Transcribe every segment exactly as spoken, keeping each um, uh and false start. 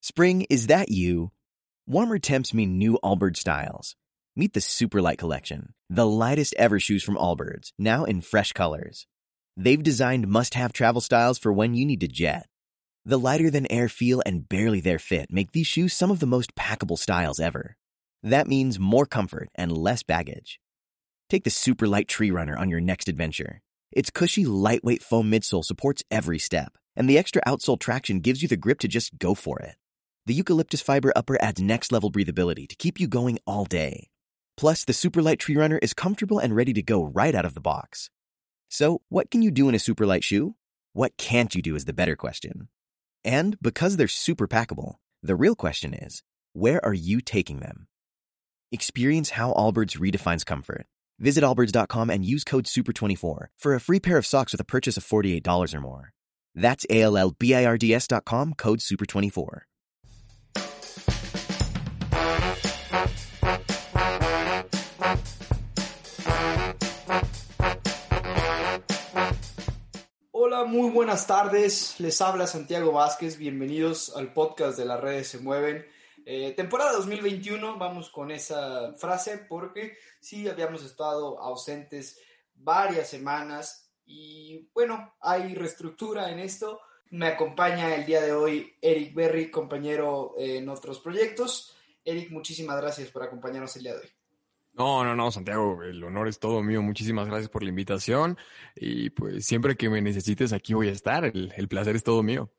Spring, is that you? Warmer temps mean new Allbirds styles. Meet the Superlight Collection, the lightest ever shoes from Allbirds, now in fresh colors. They've designed must-have travel styles for when you need to jet. The lighter-than-air feel and barely-there fit make these shoes some of the most packable styles ever. That means more comfort and less baggage. Take the Superlight Tree Runner on your next adventure. Its cushy, lightweight foam midsole supports every step, and the extra outsole traction gives you the grip to just go for it. The eucalyptus fiber upper adds next-level breathability to keep you going all day. Plus, the Superlight Tree Runner is comfortable and ready to go right out of the box. So, what can you do in a Superlight shoe? What can't you do is the better question. And because they're super packable, the real question is, where are you taking them? Experience how Allbirds redefines comfort. Visit allbirds dot com and use code super twenty-four for a free pair of socks with a purchase of forty-eight dollars or more. That's A L L B I R D S dot com, code super twenty-four. Hola, muy buenas tardes. Les habla Santiago Vázquez. Bienvenidos al podcast de Las Redes Se Mueven. Eh, temporada dos mil veintiuno, vamos con esa frase porque sí habíamos estado ausentes varias semanas y bueno, hay reestructura en esto. Me acompaña el día de hoy Eric Berry, compañero en otros proyectos. Eric, muchísimas gracias por acompañarnos el día de hoy. No, no, no, Santiago, el honor es todo mío. Muchísimas gracias por la invitación y pues siempre que me necesites aquí voy a estar. El, el placer es todo mío.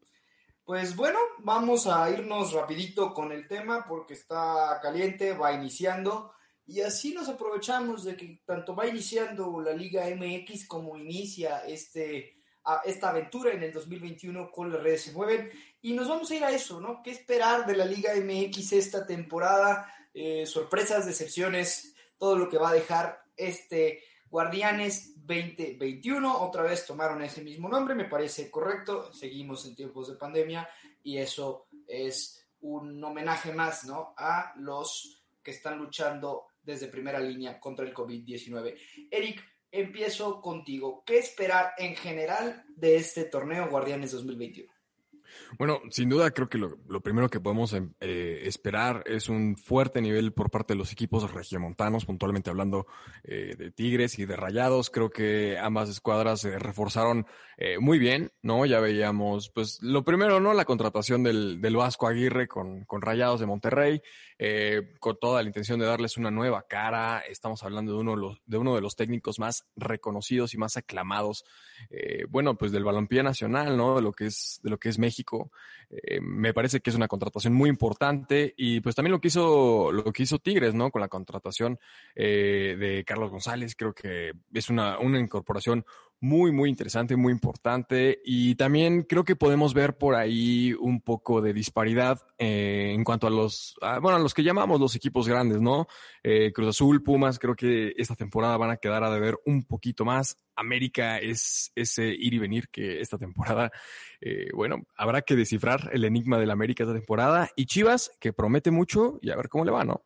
Pues bueno, vamos a irnos rapidito con el tema porque está caliente, va iniciando y así nos aprovechamos de que tanto va iniciando la Liga M X como inicia este, a, esta aventura en el dos mil veintiuno con Las Redes Se Mueven y nos vamos a ir a eso, ¿no? ¿Qué esperar de la Liga M X esta temporada? Eh, sorpresas, decepciones, todo lo que va a dejar este Guardianes veinte veintiuno, otra vez tomaron ese mismo nombre, me parece correcto, seguimos en tiempos de pandemia y eso es un homenaje más, ¿no?, a los que están luchando desde primera línea contra el covid diecinueve. Eric, empiezo contigo. ¿Qué esperar en general de este torneo Guardianes dos mil veintiuno? Bueno, sin duda creo que lo, lo primero que podemos eh, esperar es un fuerte nivel por parte de los equipos regiomontanos, puntualmente hablando eh, de Tigres y de Rayados. Creo que ambas escuadras se reforzaron eh, muy bien, ¿no? Ya veíamos, pues, lo primero, ¿no? La contratación del, del Vasco Aguirre con, con Rayados de Monterrey, eh, con toda la intención de darles una nueva cara. Estamos hablando de uno de los, de uno de los técnicos más reconocidos y más aclamados, eh, bueno, pues del balompié nacional, ¿no? De lo que es, de lo que es México. Eh, me parece que es una contratación muy importante y pues también lo que hizo lo que hizo Tigres, ¿no? Con la contratación eh, de Carlos González, creo que es una, una incorporación muy, muy interesante, muy importante y también creo que podemos ver por ahí un poco de disparidad eh, en cuanto a los, a, bueno, a los que llamamos los equipos grandes, ¿no? Eh, Cruz Azul, Pumas, creo que esta temporada van a quedar a deber un poquito más. América es ese ir y venir que esta temporada, eh, bueno, habrá que descifrar el enigma del América esta temporada. Y Chivas, que promete mucho y a ver cómo le va, ¿no?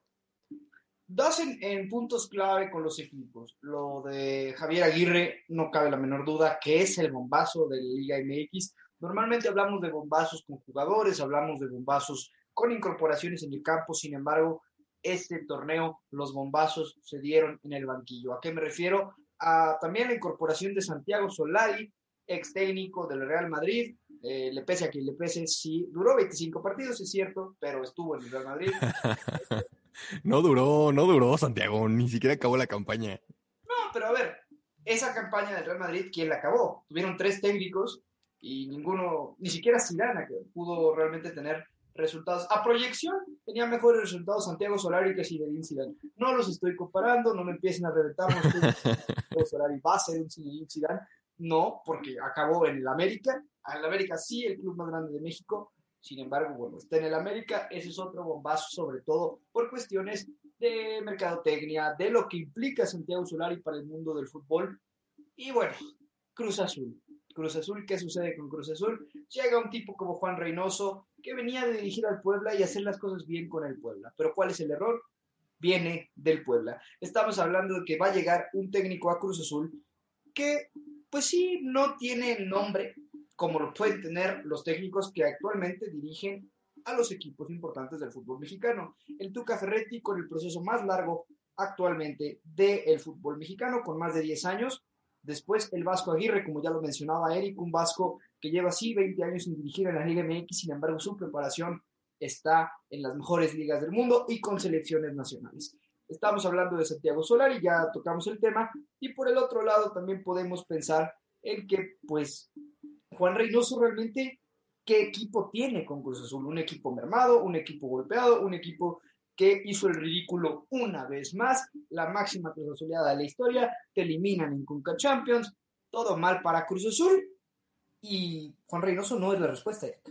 Dos en, en puntos clave con los equipos. Lo de Javier Aguirre, no cabe la menor duda que es el bombazo de la Liga M X. Normalmente hablamos de bombazos con jugadores, hablamos de bombazos con incorporaciones en el campo, sin embargo, este torneo los bombazos se dieron en el banquillo. ¿A qué me refiero? A también la incorporación de Santiago Solari, ex técnico del Real Madrid, eh, le pese a quien le pese, sí, duró veinticinco partidos, es cierto, pero estuvo en el Real Madrid. No duró, no duró, Santiago, ni siquiera acabó la campaña. No, pero a ver, esa campaña del Real Madrid, ¿quién la acabó? Tuvieron tres técnicos y ninguno, ni siquiera Zidane pudo realmente tener resultados. A proyección tenía mejores resultados Santiago Solari que Zinedine Zidane. No los estoy comparando, no me empiecen a reventar, no estoy Santiago Solari va a ser un Zinedine Zidane. No, porque acabó en el América. En el América sí, el club más grande de México. Sin embargo, bueno, está en el América. Ese es otro bombazo, sobre todo por cuestiones de mercadotecnia, de lo que implica Santiago Solari para el mundo del fútbol. Y bueno, Cruz Azul. Cruz Azul, ¿qué sucede con Cruz Azul? Llega un tipo como Juan Reynoso, que venía de dirigir al Puebla y hacer las cosas bien con el Puebla. Pero ¿cuál es el error? Viene del Puebla. Estamos hablando de que va a llegar un técnico a Cruz Azul que, pues sí, no tiene nombre como lo pueden tener los técnicos que actualmente dirigen a los equipos importantes del fútbol mexicano. El Tuca Ferretti con el proceso más largo actualmente del fútbol mexicano, con más de diez años. Después el Vasco Aguirre, como ya lo mencionaba Eric, un Vasco que lleva así veinte años sin dirigir en la Liga M X, sin embargo su preparación está en las mejores ligas del mundo y con selecciones nacionales. Estamos hablando de Santiago Solari, ya tocamos el tema, y por el otro lado también podemos pensar en que, pues, Juan Reynoso realmente, ¿qué equipo tiene con Cruz Azul? Un equipo mermado, un equipo golpeado, un equipo que hizo el ridículo una vez más, la máxima Cruz Azuleada de la historia, te eliminan en Conca Champions, todo mal para Cruz Azul, y Juan Reynoso no es la respuesta, Eric.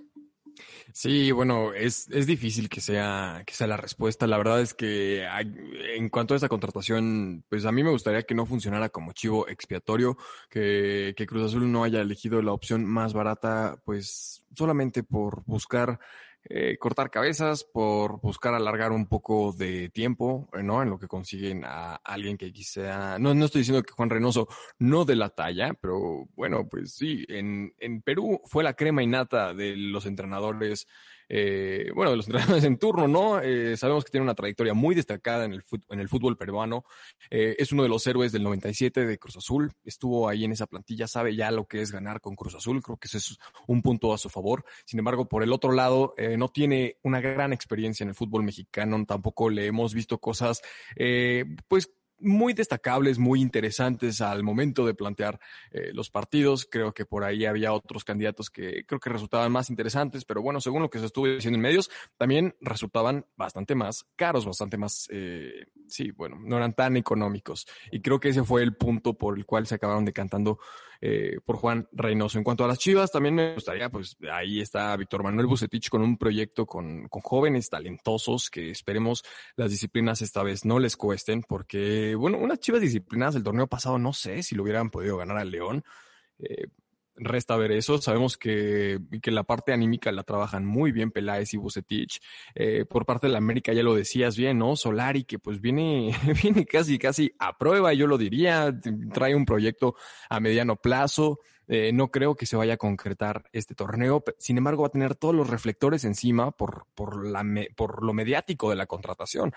Sí, bueno, es, es difícil que sea, que sea la respuesta. La verdad es que hay, en cuanto a esta contratación, pues a mí me gustaría que no funcionara como chivo expiatorio, que, que Cruz Azul no haya elegido la opción más barata, pues solamente por buscar eh, cortar cabezas, por buscar alargar un poco de tiempo, ¿no? En lo que consiguen a alguien que quizá, no, no estoy diciendo que Juan Reynoso no de la talla, pero bueno, pues sí, en, en Perú fue la crema innata de los entrenadores, eh, bueno, de los entrenadores en turno, ¿no? Eh, sabemos que tiene una trayectoria muy destacada en el, fut, en el fútbol peruano, eh, es uno de los héroes del noventa y siete de Cruz Azul, estuvo ahí en esa plantilla, sabe ya lo que es ganar con Cruz Azul, creo que eso es un punto a su favor. Sin embargo, por el otro lado, eh, no tiene una gran experiencia en el fútbol mexicano, tampoco le hemos visto cosas, eh, pues, muy destacables, muy interesantes al momento de plantear eh, los partidos. Creo que por ahí había otros candidatos que creo que resultaban más interesantes, pero bueno, según lo que se estuvo diciendo en medios, también resultaban bastante más caros, bastante más, eh, sí, bueno, no eran tan económicos. Y creo que ese fue el punto por el cual se acabaron decantando eh, por Juan Reynoso. En cuanto a las Chivas, también me gustaría, pues ahí está Víctor Manuel Vucetich con un proyecto con, con jóvenes talentosos que esperemos las disciplinas esta vez no les cuesten, porque bueno, unas Chivas disciplinadas del torneo pasado, no sé si lo hubieran podido ganar al León. Eh, resta ver eso. Sabemos que, que la parte anímica la trabajan muy bien Peláez y Vucetich. Eh, por parte de la América ya lo decías bien, ¿no? Solari, que pues viene, viene casi, casi a prueba, yo lo diría. Trae un proyecto a mediano plazo. Eh, no creo que se vaya a concretar este torneo. Sin embargo, va a tener todos los reflectores encima por, por, la, por lo mediático de la contratación.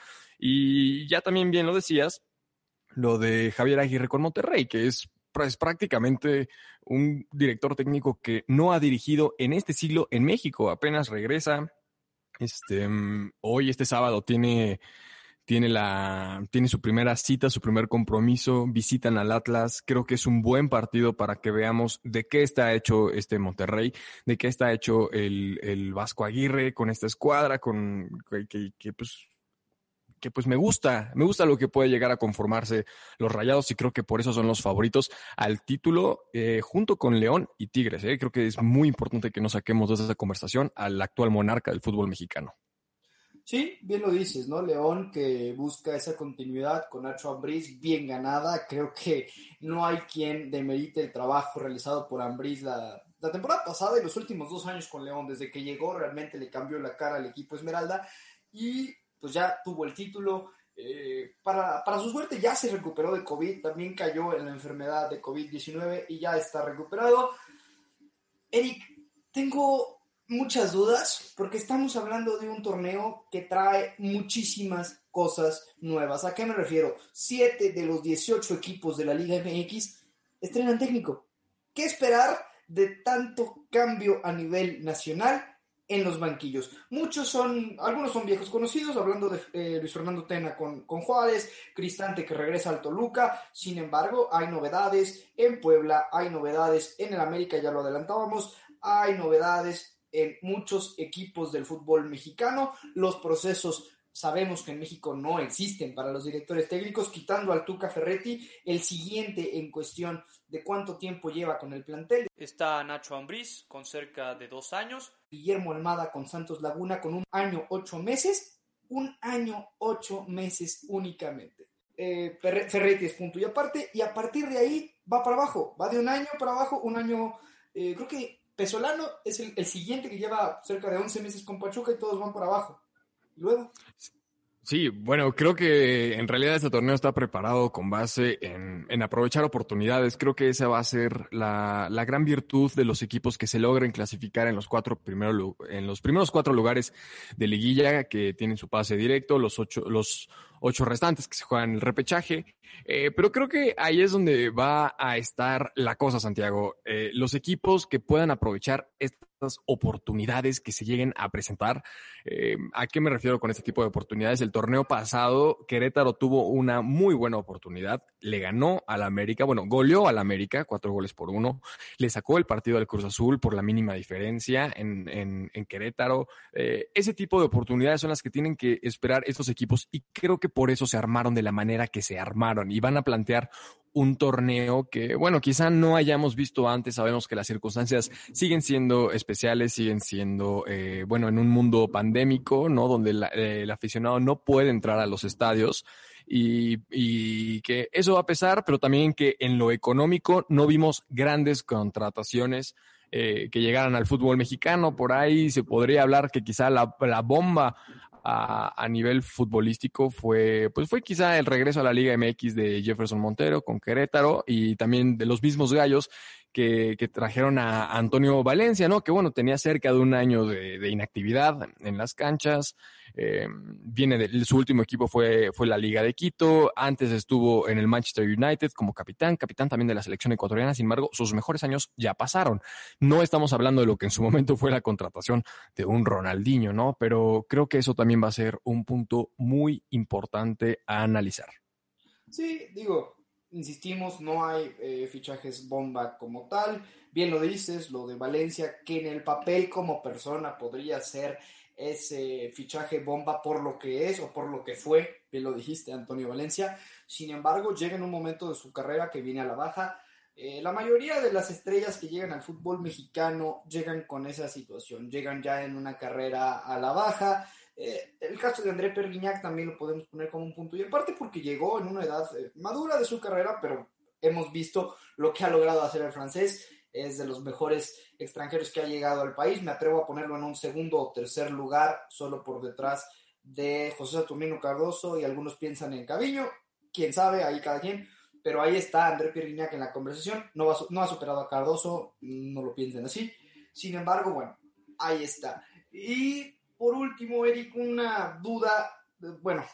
Y ya también bien lo decías, lo de Javier Aguirre con Monterrey, que es, es prácticamente un director técnico que no ha dirigido en este siglo en México. Apenas regresa. Este, hoy, este sábado, tiene... Tiene, la, tiene su primera cita, su primer compromiso, visitan al Atlas. Creo que es un buen partido para que veamos de qué está hecho este Monterrey, de qué está hecho el, el Vasco Aguirre con esta escuadra, con que, que, que pues que pues me gusta, me gusta lo que puede llegar a conformarse los Rayados y creo que por eso son los favoritos al título eh, junto con León y Tigres. Eh. Creo que es muy importante que no saquemos de esa conversación al actual monarca del fútbol mexicano. Sí, bien lo dices, ¿no? León que busca esa continuidad con Nacho Ambriz bien ganada. Creo que no hay quien demerite el trabajo realizado por Ambriz la, la temporada pasada y los últimos dos años con León. Desde que llegó realmente le cambió la cara al equipo Esmeralda y pues ya tuvo el título. Eh, para, para su suerte ya se recuperó de COVID, también cayó en la enfermedad de COVID diecinueve y ya está recuperado. Eric, tengo muchas dudas porque estamos hablando de un torneo que trae muchísimas cosas nuevas. ¿A qué me refiero? Siete de los dieciocho equipos de la Liga M X estrenan técnico. ¿Qué esperar de tanto cambio a nivel nacional en los banquillos? Muchos son, algunos son viejos conocidos, hablando de eh, Luis Fernando Tena con, con Juárez, Cristante que regresa al Toluca. Sin embargo, hay novedades en Puebla, hay novedades en el América, ya lo adelantábamos, hay novedades en muchos equipos del fútbol mexicano. Los procesos sabemos que en México no existen para los directores técnicos, quitando al Tuca Ferretti. El siguiente en cuestión de cuánto tiempo lleva con el plantel está Nacho Ambriz con cerca de dos años. Guillermo Almada con Santos Laguna con un año, ocho meses. Un año, ocho meses únicamente. Eh, Ferretti es punto y aparte, y a partir de ahí va para abajo, va de un año para abajo, un año, eh, creo que Pesolano es el, el siguiente que lleva cerca de once meses con Pachuca y todos van para abajo. ¿Y luego? Sí, bueno, creo que en realidad este torneo está preparado con base en, en aprovechar oportunidades. Creo que esa va a ser la, la gran virtud de los equipos que se logren clasificar en los cuatro primeros, lu- en los primeros cuatro lugares de liguilla que tienen su pase directo, los ocho, los ocho restantes que se juegan el repechaje. Eh, pero creo que ahí es donde va a estar la cosa, Santiago. Eh, los equipos que puedan aprovechar estas oportunidades que se lleguen a presentar. Eh, ¿A qué me refiero con este tipo de oportunidades? El torneo pasado, Querétaro tuvo una muy buena oportunidad, le ganó al América, bueno, goleó al América, cuatro goles por uno, le sacó el partido al Cruz Azul por la mínima diferencia en, en, en Querétaro. Eh, ese tipo de oportunidades son las que tienen que esperar estos equipos y creo que por eso se armaron de la manera que se armaron y van a plantear un torneo que, bueno, quizá no hayamos visto antes. Sabemos que las circunstancias siguen siendo especiales, siguen siendo, eh, bueno, en un mundo pandémico, ¿no? Donde la, eh, el aficionado no puede entrar a los estadios y, y que eso va a pesar, pero también que en lo económico no vimos grandes contrataciones eh, que llegaran al fútbol mexicano. Por ahí se podría hablar que quizá la, la bomba A, a nivel futbolístico fue, pues fue quizá el regreso a la Liga M X de Jefferson Montero con Querétaro y también de los mismos Gallos que, que trajeron a Antonio Valencia, ¿no? Que bueno, tenía cerca de un año de, de inactividad en las canchas. Eh, viene de, su último equipo fue, fue la Liga de Quito. Antes estuvo en el Manchester United como capitán, capitán también de la selección ecuatoriana. Sin embargo, sus mejores años ya pasaron. No estamos hablando de lo que en su momento fue la contratación de un Ronaldinho, ¿no? Pero creo que eso también va a ser un punto muy importante a analizar. Sí, digo, insistimos, no hay eh, fichajes bomba como tal. Bien lo dices, lo de Valencia, que en el papel como persona podría ser ese fichaje bomba por lo que es o por lo que fue, bien lo dijiste, Antonio Valencia. Sin embargo, llega en un momento de su carrera que viene a la baja. Eh, la mayoría de las estrellas que llegan al fútbol mexicano llegan con esa situación, llegan ya en una carrera a la baja. Eh, el caso de André Pierre Gignac también lo podemos poner como un punto y aparte porque llegó en una edad eh, madura de su carrera, pero hemos visto lo que ha logrado hacer el francés. Es de los mejores extranjeros que ha llegado al país. Me atrevo a ponerlo en un segundo o tercer lugar, solo por detrás de José Saturnino Cardoso, y algunos piensan en Caviño, quién sabe, ahí cada quien, pero ahí está André Pierre Gignac en la conversación. No, va, no ha superado a Cardoso, no lo piensen así. Sin embargo, bueno, ahí está. Y por último, Eric, una duda, bueno,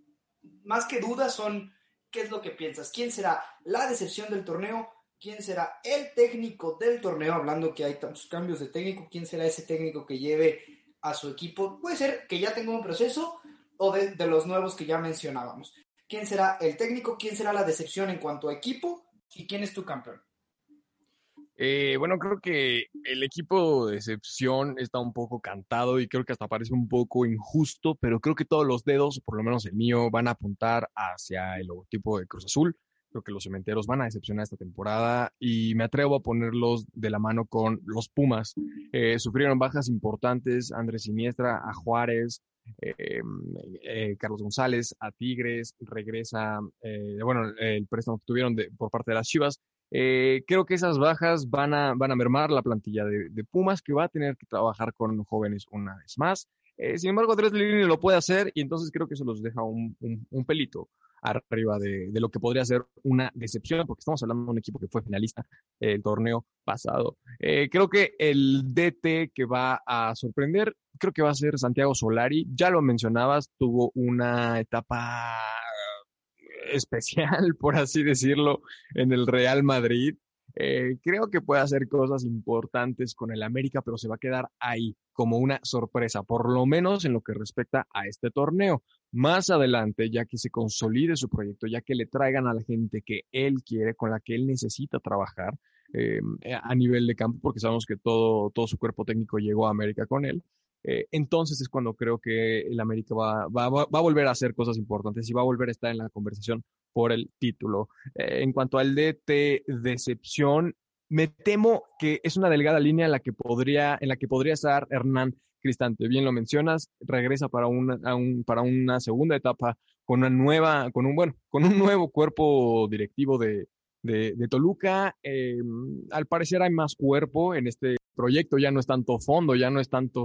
más que dudas son, ¿qué es lo que piensas? ¿Quién será la decepción del torneo? ¿Quién será el técnico del torneo? Hablando que hay tantos cambios de técnico, ¿quién será ese técnico que lleve a su equipo? Puede ser que ya tenga un proceso o de, de los nuevos que ya mencionábamos. ¿Quién será el técnico? ¿Quién será la decepción en cuanto a equipo? ¿Y quién es tu campeón? Eh, bueno, creo que el equipo de excepción está un poco cantado y creo que hasta parece un poco injusto, pero creo que todos los dedos, por lo menos el mío, van a apuntar hacia el logotipo de Cruz Azul. Creo que los cementeros van a decepcionar esta temporada y me atrevo a ponerlos de la mano con los Pumas. Eh, sufrieron bajas importantes, Andrés Siniestra, a Juárez, eh, eh, Carlos González, a Tigres, regresa, eh, bueno, el préstamo que tuvieron de, por parte de las Chivas. Eh, creo que esas bajas van a, van a mermar la plantilla de, de Pumas, que va a tener que trabajar con jóvenes una vez más. Eh, sin embargo, Andrés Lilini lo puede hacer y entonces creo que eso los deja un, un, un pelito arriba de, de lo que podría ser una decepción, porque estamos hablando de un equipo que fue finalista eh, el torneo pasado. Eh, creo que el D T que va a sorprender, creo que va a ser Santiago Solari. Ya lo mencionabas, tuvo una etapa especial, por así decirlo, en el Real Madrid. Eh, creo que puede hacer cosas importantes con el América, pero se va a quedar ahí como una sorpresa, por lo menos en lo que respecta a este torneo. Más adelante, ya que se consolide su proyecto, ya que le traigan a la gente que él quiere, con la que él necesita trabajar eh, a nivel de campo, porque sabemos que todo, todo su cuerpo técnico llegó a América con él. Eh, entonces es cuando creo que el América va, va, va a volver a hacer cosas importantes y va a volver a estar en la conversación por el título. Eh, en cuanto al D T decepción, me temo que es una delgada línea en la que podría, en la que podría estar Hernán Cristante. Bien lo mencionas, regresa para una, un, para una segunda etapa con una nueva, con un bueno, con un nuevo cuerpo directivo de, de, de Toluca. Eh, al parecer hay más cuerpo en este proyecto, ya no es tanto fondo, ya no es tanto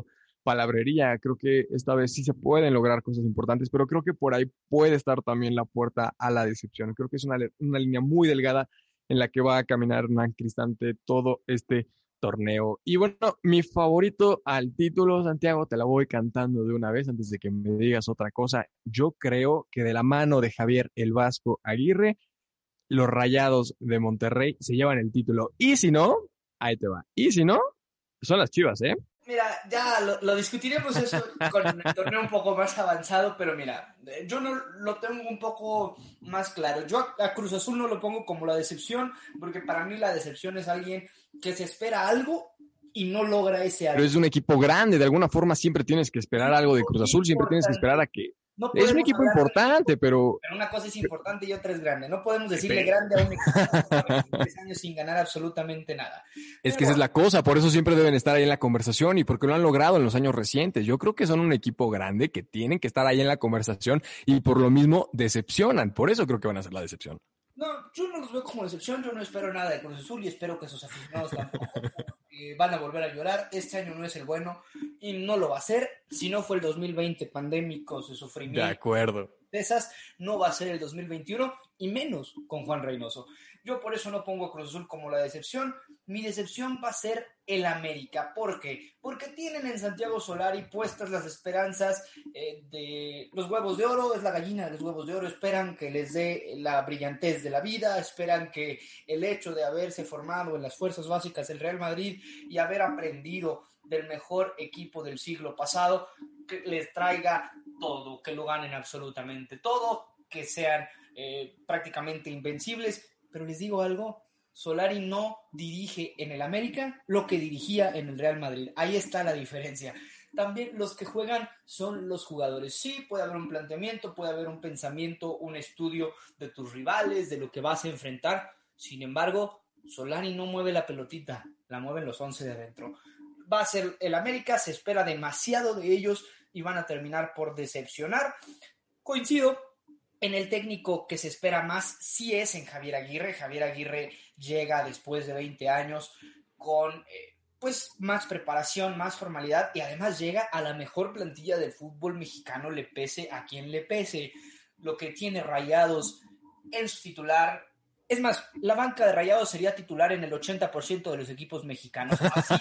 palabrería. Creo que esta vez sí se pueden lograr cosas importantes, pero creo que por ahí puede estar también la puerta a la decepción. Creo que es una, una línea muy delgada en la que va a caminar Hernán Cristante todo este torneo. Y bueno, mi favorito al título, Santiago, te la voy cantando de una vez antes de que me digas otra cosa. Yo creo que de la mano de Javier el Vasco Aguirre, los Rayados de Monterrey se llevan el título. Y si no, ahí te va. Y si no, son las Chivas, ¿eh? Mira, ya lo, lo discutiremos eso con el torneo un poco más avanzado, pero mira, yo no lo tengo un poco más claro. Yo a, a Cruz Azul no lo pongo como la decepción, porque para mí la decepción es alguien que se espera algo y no logra ese algo. Pero es un equipo grande, de alguna forma siempre tienes que esperar algo de Cruz Azul, siempre tienes que esperar a que... No es un equipo importante, de... pero... Pero una cosa es importante y otra es grande. No podemos decirle grande a un equipo de tres años sin ganar absolutamente nada. Es pero que esa es la cosa, por eso siempre deben estar ahí en la conversación y porque lo han logrado en los años recientes. Yo creo que son un equipo grande que tienen que estar ahí en la conversación y por lo mismo decepcionan. Por eso creo que van a ser la decepción. No, yo no los veo como decepción. Yo no espero nada de Cruz Azul y espero que sus aficionados tampoco eh, van a volver a llorar. Este año no es el bueno y no lo va a ser. Si no fue el dos mil veinte pandémicos de sufrimiento. De acuerdo. De esas, no va a ser el dos mil veintiuno y menos con Juan Reynoso. Yo por eso no pongo a Cruz Azul como la decepción. Mi decepción va a ser el América. ¿Por qué? Porque tienen en Santiago Solari puestas las esperanzas eh, de los huevos de oro. Es la gallina de los huevos de oro. Esperan que les dé la brillantez de la vida. Esperan que el hecho de haberse formado en las fuerzas básicas del Real Madrid y haber aprendido del mejor equipo del siglo pasado, que les traiga todo, que lo ganen absolutamente todo, que sean eh, prácticamente invencibles. Pero les digo algo, Solari no dirige en el América lo que dirigía en el Real Madrid. Ahí está la diferencia. También los que juegan son los jugadores. Sí, puede haber un planteamiento, puede haber un pensamiento, un estudio de tus rivales, de lo que vas a enfrentar. Sin embargo, Solari no mueve la pelotita, la mueven los once de adentro. Va a ser el América, se espera demasiado de ellos y van a terminar por decepcionar. Coincido en el técnico que se espera más, sí es en Javier Aguirre. Javier Aguirre llega después de veinte años con eh, pues más preparación, más formalidad y además llega a la mejor plantilla del fútbol mexicano, le pese a quien le pese. Lo que tiene Rayados en su titular, es más, la banca de Rayados sería titular en el ochenta por ciento de los equipos mexicanos. Así.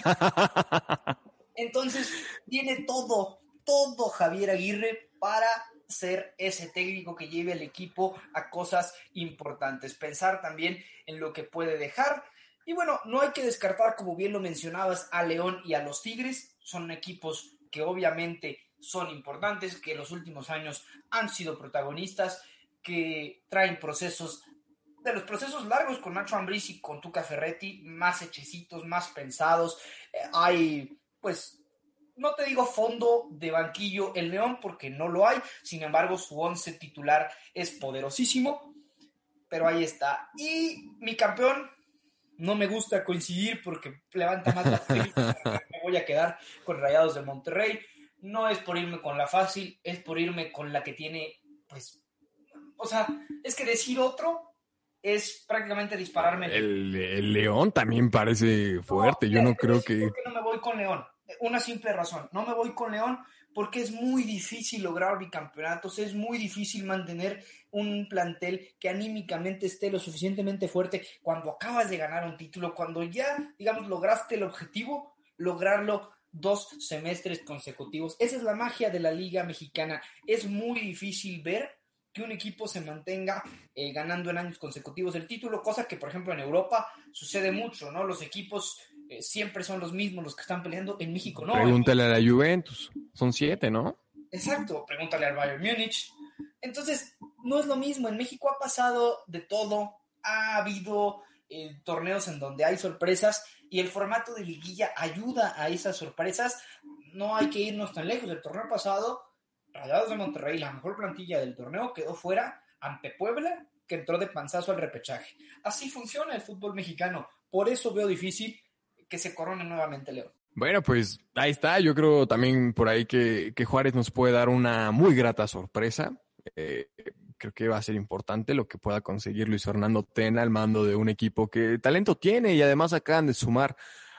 Entonces, tiene todo, todo Javier Aguirre para ser ese técnico que lleve al equipo a cosas importantes. Pensar también en lo que puede dejar. Y bueno, no hay que descartar, como bien lo mencionabas, a León y a los Tigres. Son equipos que obviamente son importantes, que en los últimos años han sido protagonistas, que traen procesos, de los procesos largos con Nacho Ambriz y con Tuca Ferretti, más hechecitos, más pensados. Eh, hay, pues, no te digo fondo de banquillo el León porque no lo hay, sin embargo su once titular es poderosísimo, pero ahí está. Y mi campeón, no me gusta coincidir porque levanta más la polémica, me voy a quedar con Rayados de Monterrey. No es por irme con la fácil, es por irme con la que tiene, pues, o sea, es que decir otro es prácticamente dispararme. El, el León también parece fuerte, no, yo no creo que... ¿Por qué no me voy con León? Una simple razón, no me voy con León porque es muy difícil lograr bicampeonatos, es muy difícil mantener un plantel que anímicamente esté lo suficientemente fuerte cuando acabas de ganar un título, cuando ya, digamos, lograste el objetivo, lograrlo dos semestres consecutivos. Esa es la magia de la Liga Mexicana. Es muy difícil ver que un equipo se mantenga eh, ganando en años consecutivos el título, cosa que, por ejemplo, en Europa sucede mucho, ¿no? Los equipos eh, siempre son los mismos los que están peleando. En México no. Pregúntale a la Juventus, son siete, ¿no? Exacto, pregúntale al Bayern Múnich. Entonces, no es lo mismo. En México ha pasado de todo, ha habido eh, torneos en donde hay sorpresas y el formato de liguilla ayuda a esas sorpresas. No hay que irnos tan lejos. El torneo pasado, Rayados de Monterrey, la mejor plantilla del torneo, quedó fuera ante Puebla, que entró de panzazo al repechaje. Así funciona el fútbol mexicano. Por eso veo difícil que se corone nuevamente León. Bueno, pues ahí está. Yo creo también por ahí que, que Juárez nos puede dar una muy grata sorpresa. Eh, creo que va a ser importante lo que pueda conseguir Luis Fernando Tena al mando de un equipo que talento tiene y además acaban de sumar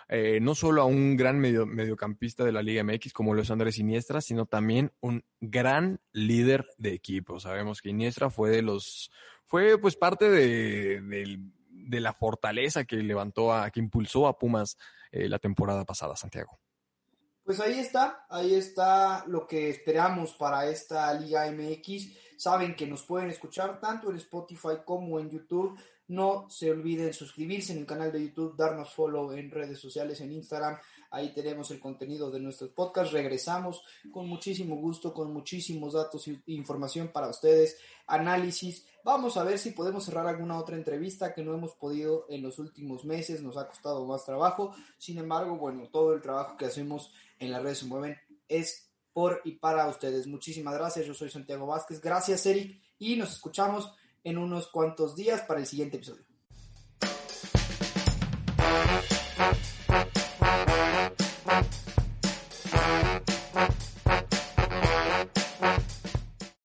eh, no solo a un gran medio, mediocampista de la Liga M X como lo es Andrés Iniestra, sino también un gran líder de equipo. Sabemos que Iniestra fue de los, fue pues parte de, de, de la fortaleza que levantó a, que impulsó a Pumas eh, la temporada pasada, Santiago. Pues ahí está, ahí está lo que esperamos para esta Liga M X. Saben que nos pueden escuchar tanto en Spotify como en YouTube. No se olviden suscribirse en el canal de YouTube, darnos follow en redes sociales, en Instagram. Ahí tenemos el contenido de nuestros podcasts. Regresamos con muchísimo gusto, con muchísimos datos e información para ustedes, análisis. Vamos a ver si podemos cerrar alguna otra entrevista que no hemos podido en los últimos meses. Nos ha costado más trabajo. Sin embargo, bueno, todo el trabajo que hacemos en las redes se mueven es por y para ustedes. Muchísimas gracias. Yo soy Santiago Vázquez. Gracias, Eric. Y nos escuchamos en unos cuantos días para el siguiente episodio.